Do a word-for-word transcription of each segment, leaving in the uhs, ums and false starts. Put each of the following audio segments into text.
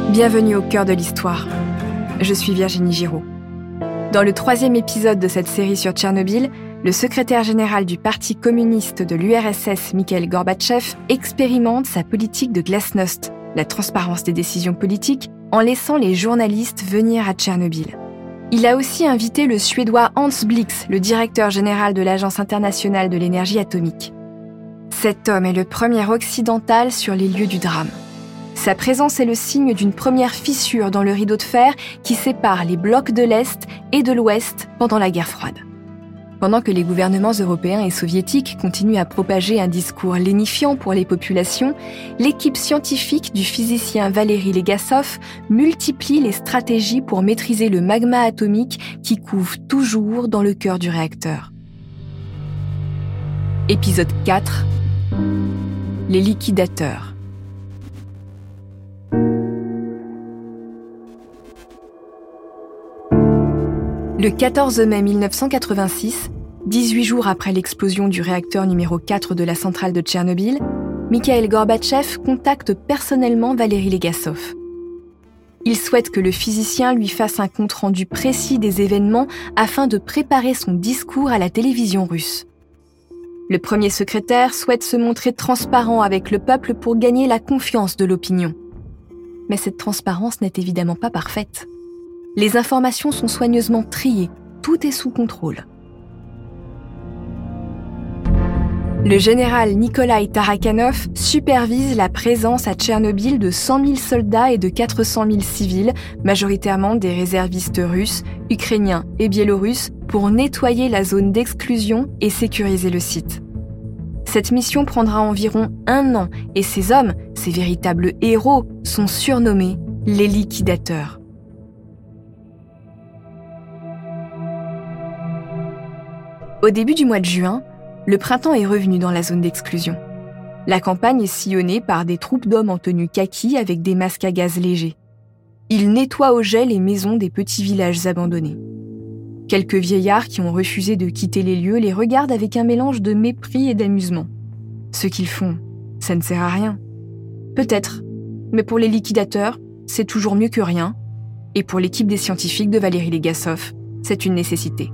Bienvenue au cœur de l'histoire. Je suis Virginie Giraud. Dans le troisième épisode de cette série sur Tchernobyl, le secrétaire général du Parti communiste de l'U R S S, Mikhaïl Gorbatchev, expérimente sa politique de glasnost, la transparence des décisions politiques, en laissant les journalistes venir à Tchernobyl. Il a aussi invité le Suédois Hans Blix, le directeur général de l'Agence internationale de l'énergie atomique. Cet homme est le premier occidental sur les lieux du drame. Sa présence est le signe d'une première fissure dans le rideau de fer qui sépare les blocs de l'Est et de l'Ouest pendant la guerre froide. Pendant que les gouvernements européens et soviétiques continuent à propager un discours lénifiant pour les populations, l'équipe scientifique du physicien Valéry Legasov multiplie les stratégies pour maîtriser le magma atomique qui couve toujours dans le cœur du réacteur. Épisode quatre. Les liquidateurs. Le quatorze mai mille neuf cent quatre-vingt-six, dix-huit jours après l'explosion du réacteur numéro quatre de la centrale de Tchernobyl, Mikhaïl Gorbatchev contacte personnellement Valéry Legasov. Il souhaite que le physicien lui fasse un compte-rendu précis des événements afin de préparer son discours à la télévision russe. Le premier secrétaire souhaite se montrer transparent avec le peuple pour gagner la confiance de l'opinion. Mais cette transparence n'est évidemment pas parfaite. Les informations sont soigneusement triées, tout est sous contrôle. Le général Nikolai Tarakhanov supervise la présence à Tchernobyl de cent mille soldats et de quatre cent mille civils, majoritairement des réservistes russes, ukrainiens et biélorusses, pour nettoyer la zone d'exclusion et sécuriser le site. Cette mission prendra environ un an et ces hommes, ces véritables héros, sont surnommés les liquidateurs. Au début du mois de juin, le printemps est revenu dans la zone d'exclusion. La campagne est sillonnée par des troupes d'hommes en tenue kaki avec des masques à gaz légers. Ils nettoient au jet les maisons des petits villages abandonnés. Quelques vieillards qui ont refusé de quitter les lieux les regardent avec un mélange de mépris et d'amusement. Ce qu'ils font, ça ne sert à rien. Peut-être, mais pour les liquidateurs, c'est toujours mieux que rien. Et pour l'équipe des scientifiques de Valéry Legasov, c'est une nécessité.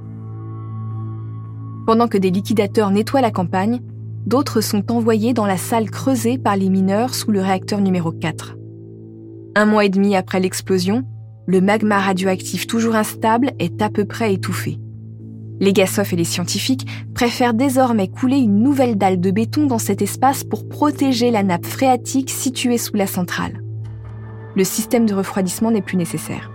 Pendant que des liquidateurs nettoient la campagne, d'autres sont envoyés dans la salle creusée par les mineurs sous le réacteur numéro quatre. Un mois et demi après l'explosion, le magma radioactif toujours instable est à peu près étouffé. Legasov et les scientifiques préfèrent désormais couler une nouvelle dalle de béton dans cet espace pour protéger la nappe phréatique située sous la centrale. Le système de refroidissement n'est plus nécessaire.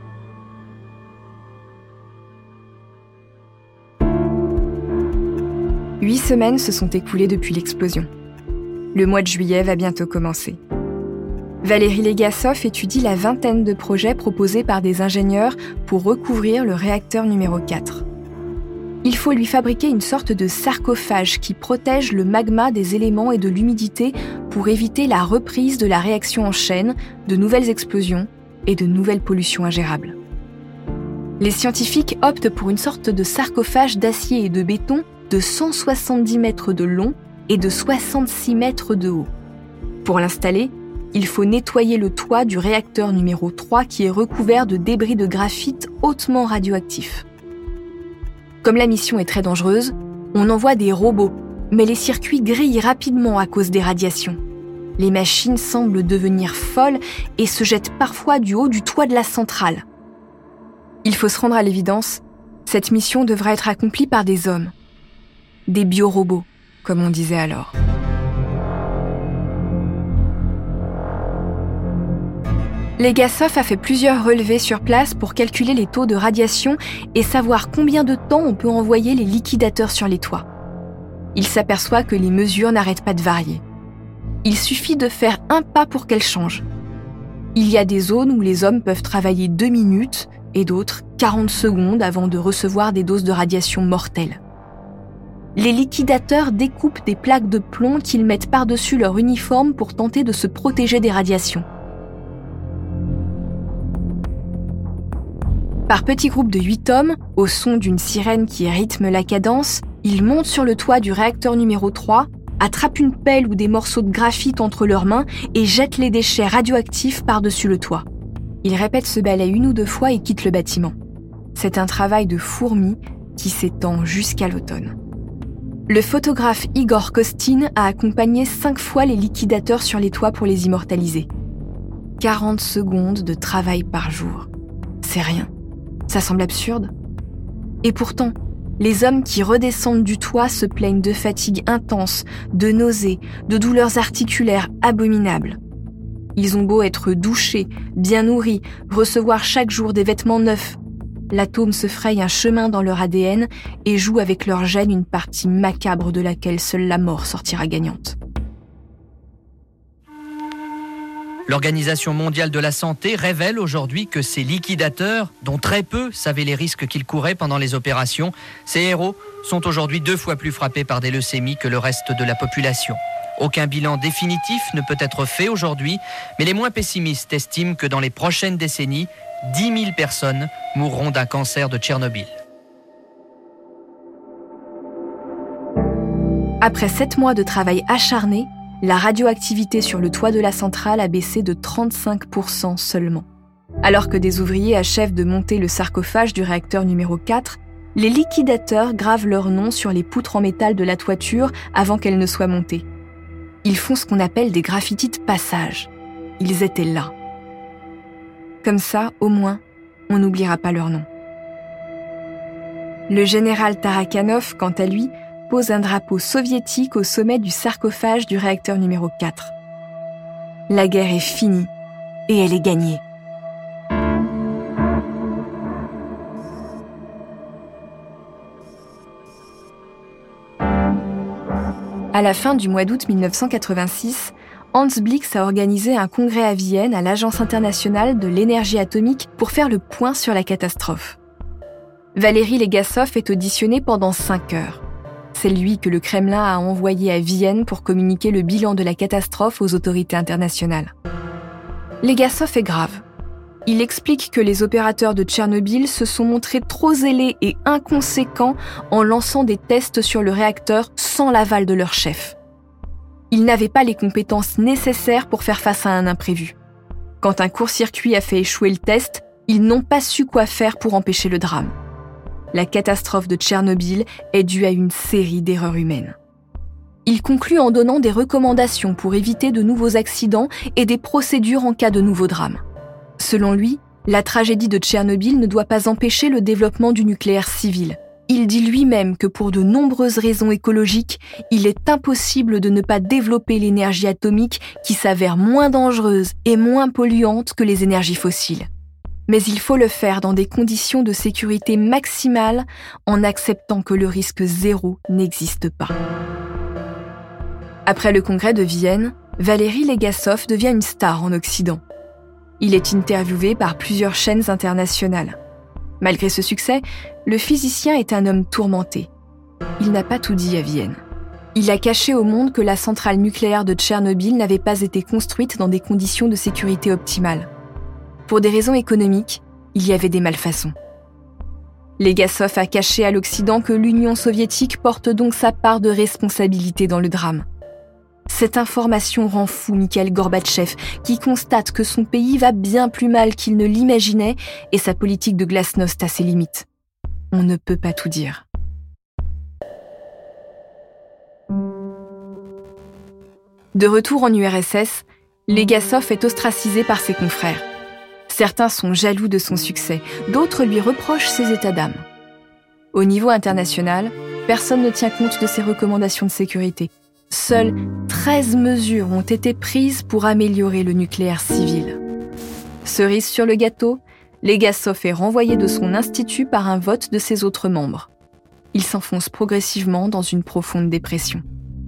Huit semaines se sont écoulées depuis l'explosion. Le mois de juillet va bientôt commencer. Valéry Legasov étudie la vingtaine de projets proposés par des ingénieurs pour recouvrir le réacteur numéro quatre. Il faut lui fabriquer une sorte de sarcophage qui protège le magma des éléments et de l'humidité pour éviter la reprise de la réaction en chaîne, de nouvelles explosions et de nouvelles pollutions ingérables. Les scientifiques optent pour une sorte de sarcophage d'acier et de béton de cent soixante-dix mètres de long et de soixante-six mètres de haut. Pour l'installer, il faut nettoyer le toit du réacteur numéro trois qui est recouvert de débris de graphite hautement radioactifs. Comme la mission est très dangereuse, on envoie des robots, mais les circuits grillent rapidement à cause des radiations. Les machines semblent devenir folles et se jettent parfois du haut du toit de la centrale. Il faut se rendre à l'évidence, cette mission devra être accomplie par des hommes. Des biorobots, comme on disait alors. Legasov a fait plusieurs relevés sur place pour calculer les taux de radiation et savoir combien de temps on peut envoyer les liquidateurs sur les toits. Il s'aperçoit que les mesures n'arrêtent pas de varier. Il suffit de faire un pas pour qu'elles changent. Il y a des zones où les hommes peuvent travailler deux minutes et d'autres quarante secondes avant de recevoir des doses de radiation mortelles. Les liquidateurs découpent des plaques de plomb qu'ils mettent par-dessus leur uniforme pour tenter de se protéger des radiations. Par petits groupes de huit hommes, au son d'une sirène qui rythme la cadence, ils montent sur le toit du réacteur numéro trois attrapent une pelle ou des morceaux de graphite entre leurs mains et jettent les déchets radioactifs par-dessus le toit. Ils répètent ce balai une ou deux fois et quittent le bâtiment. C'est un travail de fourmi qui s'étend jusqu'à l'automne. Le photographe Igor Kostin a accompagné cinq fois les liquidateurs sur les toits pour les immortaliser. quarante secondes de travail par jour. C'est rien. Ça semble absurde. Et pourtant, les hommes qui redescendent du toit se plaignent de fatigue intense, de nausées, de douleurs articulaires abominables. Ils ont beau être douchés, bien nourris, recevoir chaque jour des vêtements neufs. L'atome se fraye un chemin dans leur A D N et joue avec leur gène une partie macabre de laquelle seule la mort sortira gagnante. L'Organisation mondiale de la santé révèle aujourd'hui que ces liquidateurs, dont très peu savaient les risques qu'ils couraient pendant les opérations, ces héros sont aujourd'hui deux fois plus frappés par des leucémies que le reste de la population. Aucun bilan définitif ne peut être fait aujourd'hui, mais les moins pessimistes estiment que dans les prochaines décennies, dix mille personnes mourront d'un cancer de Tchernobyl. Après sept mois de travail acharné, la radioactivité sur le toit de la centrale a baissé de trente-cinq pour cent seulement. Alors que des ouvriers achèvent de monter le sarcophage du réacteur numéro quatre, les liquidateurs gravent leur nom sur les poutres en métal de la toiture avant qu'elles ne soient montées. Ils font ce qu'on appelle des graffitis de passage. Ils étaient là. Comme ça, au moins, on n'oubliera pas leur nom. Le général Tarakanov, quant à lui, pose un drapeau soviétique au sommet du sarcophage du réacteur numéro quatre. La guerre est finie et elle est gagnée. À la fin du mois d'août mille neuf cent quatre-vingt-six, Hans Blix a organisé un congrès à Vienne à l'Agence internationale de l'énergie atomique pour faire le point sur la catastrophe. Valéry Legasov est auditionné pendant cinq heures. C'est lui que le Kremlin a envoyé à Vienne pour communiquer le bilan de la catastrophe aux autorités internationales. Legasov est grave. Il explique que les opérateurs de Tchernobyl se sont montrés trop zélés et inconséquents en lançant des tests sur le réacteur sans l'aval de leur chef. Ils n'avaient pas les compétences nécessaires pour faire face à un imprévu. Quand un court-circuit a fait échouer le test, ils n'ont pas su quoi faire pour empêcher le drame. La catastrophe de Tchernobyl est due à une série d'erreurs humaines. Il conclut en donnant des recommandations pour éviter de nouveaux accidents et des procédures en cas de nouveau drame. Selon lui, la tragédie de Tchernobyl ne doit pas empêcher le développement du nucléaire civil. Il dit lui-même que pour de nombreuses raisons écologiques, il est impossible de ne pas développer l'énergie atomique qui s'avère moins dangereuse et moins polluante que les énergies fossiles. Mais il faut le faire dans des conditions de sécurité maximale en acceptant que le risque zéro n'existe pas. Après le congrès de Vienne, Valéry Legasov devient une star en Occident. Il est interviewé par plusieurs chaînes internationales. Malgré ce succès, le physicien est un homme tourmenté. Il n'a pas tout dit à Vienne. Il a caché au monde que la centrale nucléaire de Tchernobyl n'avait pas été construite dans des conditions de sécurité optimales. Pour des raisons économiques, il y avait des malfaçons. Legasov a caché à l'Occident que l'Union soviétique porte donc sa part de responsabilité dans le drame. Cette information rend fou Mikhaïl Gorbatchev, qui constate que son pays va bien plus mal qu'il ne l'imaginait et sa politique de glasnost a ses limites. On ne peut pas tout dire. De retour en U R S S, Legasov est ostracisé par ses confrères. Certains sont jaloux de son succès, d'autres lui reprochent ses états d'âme. Au niveau international, personne ne tient compte de ses recommandations de sécurité. Seules treize mesures ont été prises pour améliorer le nucléaire civil. Cerise sur le gâteau, Legasov est renvoyé de son institut par un vote de ses autres membres. Il s'enfonce progressivement dans une profonde dépression.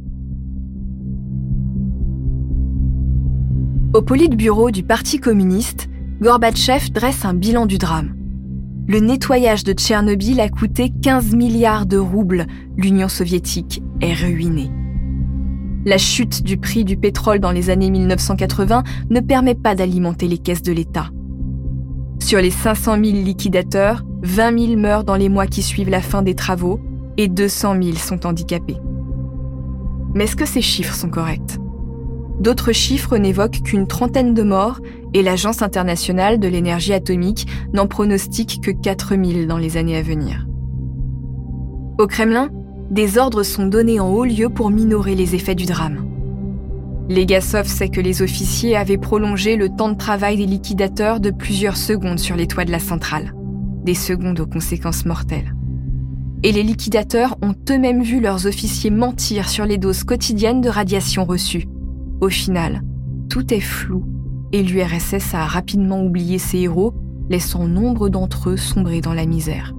Au Politburo du Parti communiste, Gorbatchev dresse un bilan du drame. Le nettoyage de Tchernobyl a coûté quinze milliards de roubles. L'Union soviétique est ruinée. La chute du prix du pétrole dans les années mille neuf cent quatre-vingts ne permet pas d'alimenter les caisses de l'État. Sur les cinq cent mille liquidateurs, vingt mille meurent dans les mois qui suivent la fin des travaux et deux cent mille sont handicapés. Mais est-ce que ces chiffres sont corrects ? D'autres chiffres n'évoquent qu'une trentaine de morts et l'Agence internationale de l'énergie atomique n'en pronostique que quatre mille dans les années à venir. Au Kremlin, des ordres sont donnés en haut lieu pour minorer les effets du drame. Legasov sait que les officiers avaient prolongé le temps de travail des liquidateurs de plusieurs secondes sur les toits de la centrale, des secondes aux conséquences mortelles. Et les liquidateurs ont eux-mêmes vu leurs officiers mentir sur les doses quotidiennes de radiation reçues. Au final, tout est flou et l'U R S S a rapidement oublié ses héros, laissant nombre d'entre eux sombrer dans la misère.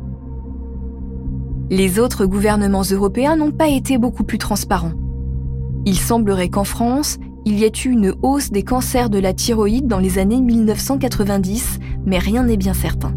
Les autres gouvernements européens n'ont pas été beaucoup plus transparents. Il semblerait qu'en France, il y ait eu une hausse des cancers de la thyroïde dans les années dix-neuf cent quatre-vingt-dix, mais rien n'est bien certain.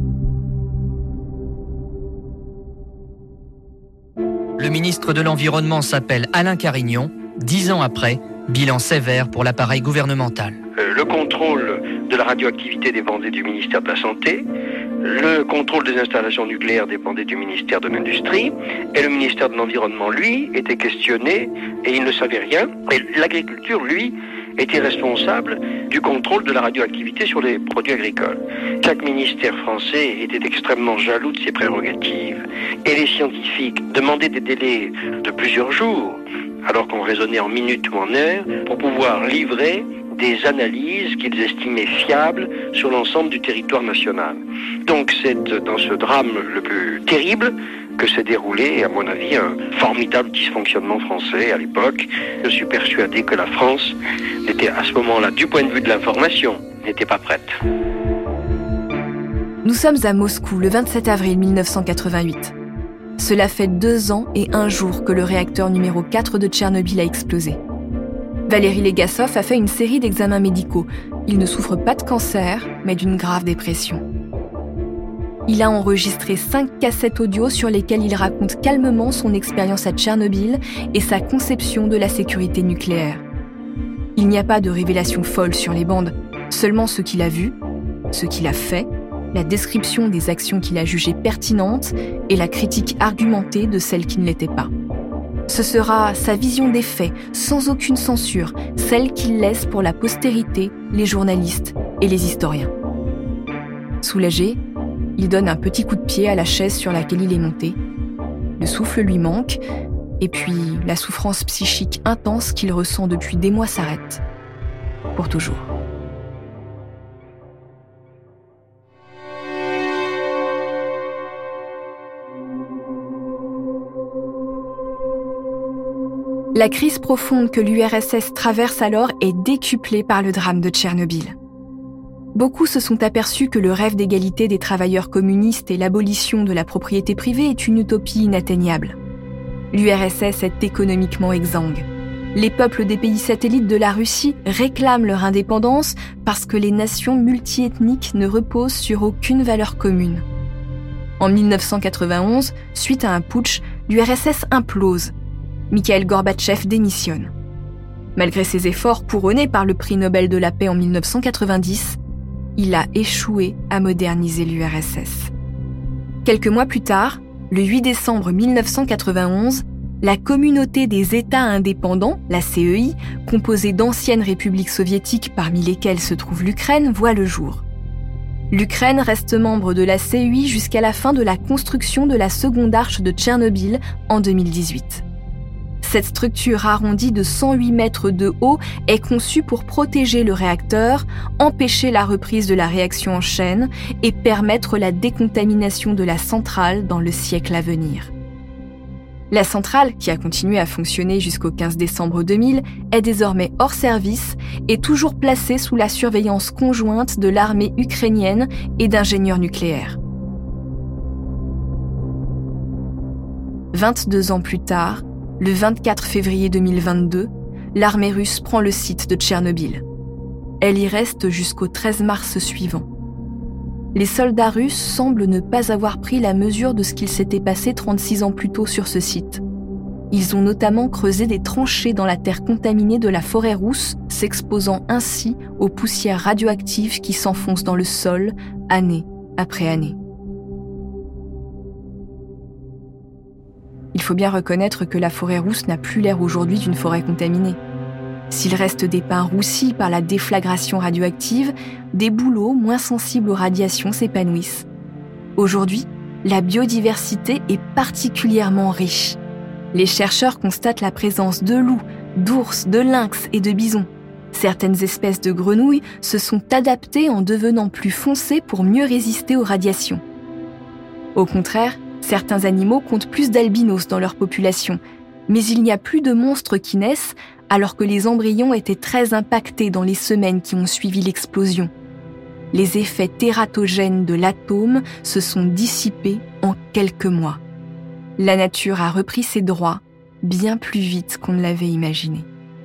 Le ministre de l'Environnement s'appelle Alain Carignon. Dix ans après, bilan sévère pour l'appareil gouvernemental. Euh, le contrôle de la radioactivité dépendait du ministère de la Santé, le contrôle des installations nucléaires dépendait du ministère de l'Industrie, et le ministère de l'Environnement, lui, était questionné et il ne savait rien. Et l'agriculture, lui, était responsable du contrôle de la radioactivité sur les produits agricoles. Chaque ministère français était extrêmement jaloux de ses prérogatives, et les scientifiques demandaient des délais de plusieurs jours, alors qu'on raisonnait en minutes ou en heures, pour pouvoir livrer des analyses qu'ils estimaient fiables sur l'ensemble du territoire national. Donc c'est dans ce drame le plus terrible que s'est déroulé, à mon avis, un formidable dysfonctionnement français à l'époque. Je suis persuadé que la France n'était à ce moment-là, du point de vue de l'information, n'était pas prête. Nous sommes à Moscou le vingt-sept avril dix-neuf cent quatre-vingt-huit. Cela fait deux ans et un jour que le réacteur numéro quatre de Tchernobyl a explosé. Valéry Legasov a fait une série d'examens médicaux. Il ne souffre pas de cancer, mais d'une grave dépression. Il a enregistré cinq cassettes audio sur lesquelles il raconte calmement son expérience à Tchernobyl et sa conception de la sécurité nucléaire. Il n'y a pas de révélations folles sur les bandes, seulement ce qu'il a vu, ce qu'il a fait, la description des actions qu'il a jugées pertinentes et la critique argumentée de celles qui ne l'étaient pas. Ce sera sa vision des faits, sans aucune censure, celle qu'il laisse pour la postérité, les journalistes et les historiens. Soulagé, il donne un petit coup de pied à la chaise sur laquelle il est monté. Le souffle lui manque, et puis la souffrance psychique intense qu'il ressent depuis des mois s'arrête. Pour toujours. La crise profonde que l'U R S S traverse alors est décuplée par le drame de Tchernobyl. Beaucoup se sont aperçus que le rêve d'égalité des travailleurs communistes et l'abolition de la propriété privée est une utopie inatteignable. L'U R S S est économiquement exsangue. Les peuples des pays satellites de la Russie réclament leur indépendance parce que les nations multiethniques ne reposent sur aucune valeur commune. En dix-neuf cent quatre-vingt-onze, suite à un putsch, l'U R S S implose. Mikhaïl Gorbatchev démissionne. Malgré ses efforts couronnés par le prix Nobel de la paix en dix-neuf cent quatre-vingt-dix, il a échoué à moderniser l'U R S S. Quelques mois plus tard, le huit décembre dix-neuf cent quatre-vingt-onze, la communauté des États indépendants, la C E I, composée d'anciennes républiques soviétiques parmi lesquelles se trouve l'Ukraine, voit le jour. L'Ukraine reste membre de la C E I jusqu'à la fin de la construction de la seconde arche de Tchernobyl en deux mille dix-huit. Cette structure arrondie de cent huit mètres de haut est conçue pour protéger le réacteur, empêcher la reprise de la réaction en chaîne et permettre la décontamination de la centrale dans le siècle à venir. La centrale, qui a continué à fonctionner jusqu'au quinze décembre deux mille, est désormais hors service et toujours placée sous la surveillance conjointe de l'armée ukrainienne et d'ingénieurs nucléaires. vingt-deux ans plus tard, le vingt-quatre février deux mille vingt-deux, l'armée russe prend le site de Tchernobyl. Elle y reste jusqu'au treize mars suivant. Les soldats russes semblent ne pas avoir pris la mesure de ce qu'il s'était passé trente-six ans plus tôt sur ce site. Ils ont notamment creusé des tranchées dans la terre contaminée de la forêt rousse, s'exposant ainsi aux poussières radioactives qui s'enfoncent dans le sol, année après année. Il faut bien reconnaître que la forêt rousse n'a plus l'air aujourd'hui d'une forêt contaminée. S'il reste des pins roussis par la déflagration radioactive, des bouleaux moins sensibles aux radiations s'épanouissent. Aujourd'hui, la biodiversité est particulièrement riche. Les chercheurs constatent la présence de loups, d'ours, de lynx et de bisons. Certaines espèces de grenouilles se sont adaptées en devenant plus foncées pour mieux résister aux radiations. Au contraire, certains animaux comptent plus d'albinos dans leur population, mais il n'y a plus de monstres qui naissent alors que les embryons étaient très impactés dans les semaines qui ont suivi l'explosion. Les effets tératogènes de l'atome se sont dissipés en quelques mois. La nature a repris ses droits bien plus vite qu'on ne l'avait imaginé.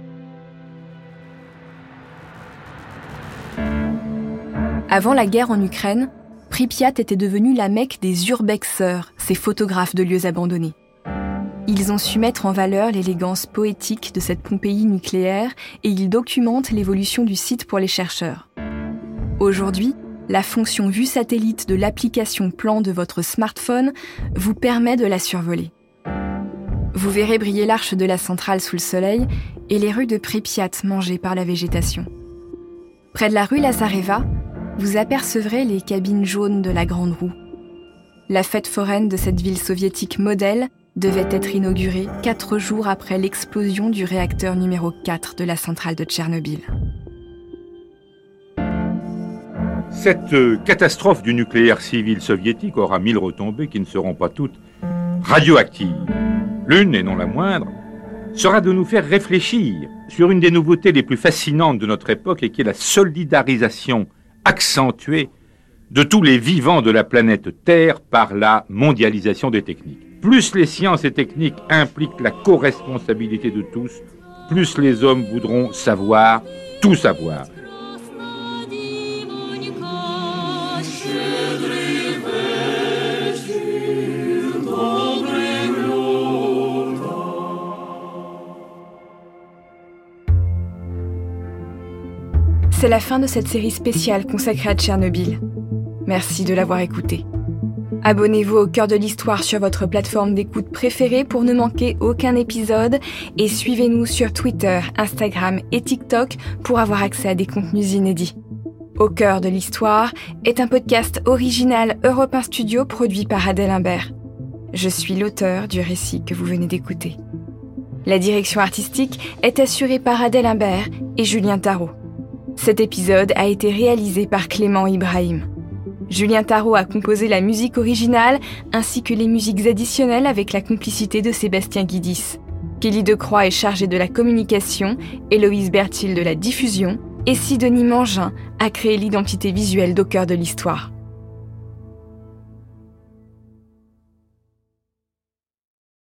Avant la guerre en Ukraine, Pripyat était devenue la Mecque des urbexeurs, ces photographes de lieux abandonnés. Ils ont su mettre en valeur l'élégance poétique de cette Pompéi nucléaire et ils documentent l'évolution du site pour les chercheurs. Aujourd'hui, la fonction vue satellite de l'application Plan de votre smartphone vous permet de la survoler. Vous verrez briller l'arche de la centrale sous le soleil et les rues de Pripyat mangées par la végétation. Près de la rue Lazareva, vous apercevrez les cabines jaunes de la Grande Roue. La fête foraine de cette ville soviétique modèle devait être inaugurée quatre jours après l'explosion du réacteur numéro quatre de la centrale de Tchernobyl. Cette catastrophe du nucléaire civil soviétique aura mille retombées qui ne seront pas toutes radioactives. L'une, et non la moindre, sera de nous faire réfléchir sur une des nouveautés les plus fascinantes de notre époque et qui est la solidarisation accentuée de tous les vivants de la planète Terre par la mondialisation des techniques. Plus les sciences et techniques impliquent la co-responsabilité de tous, plus les hommes voudront savoir, tout savoir. C'est la fin de cette série spéciale consacrée à Tchernobyl. Merci de l'avoir écoutée. Abonnez-vous au Cœur de l'Histoire sur votre plateforme d'écoute préférée pour ne manquer aucun épisode et suivez-nous sur Twitter, Instagram et TikTok pour avoir accès à des contenus inédits. Au Cœur de l'Histoire est un podcast original Europe un Studio produit par Adèle Imbert. Je suis l'auteur du récit que vous venez d'écouter. La direction artistique est assurée par Adèle Imbert et Julien Tarot. Cet épisode a été réalisé par Clément Ibrahim. Julien Tarot a composé la musique originale ainsi que les musiques additionnelles avec la complicité de Sébastien Guidis. Kelly Decroix est chargée de la communication, Héloïse Berthil de la diffusion et Sidonie Mangin a créé l'identité visuelle d'Au Cœur de l'Histoire.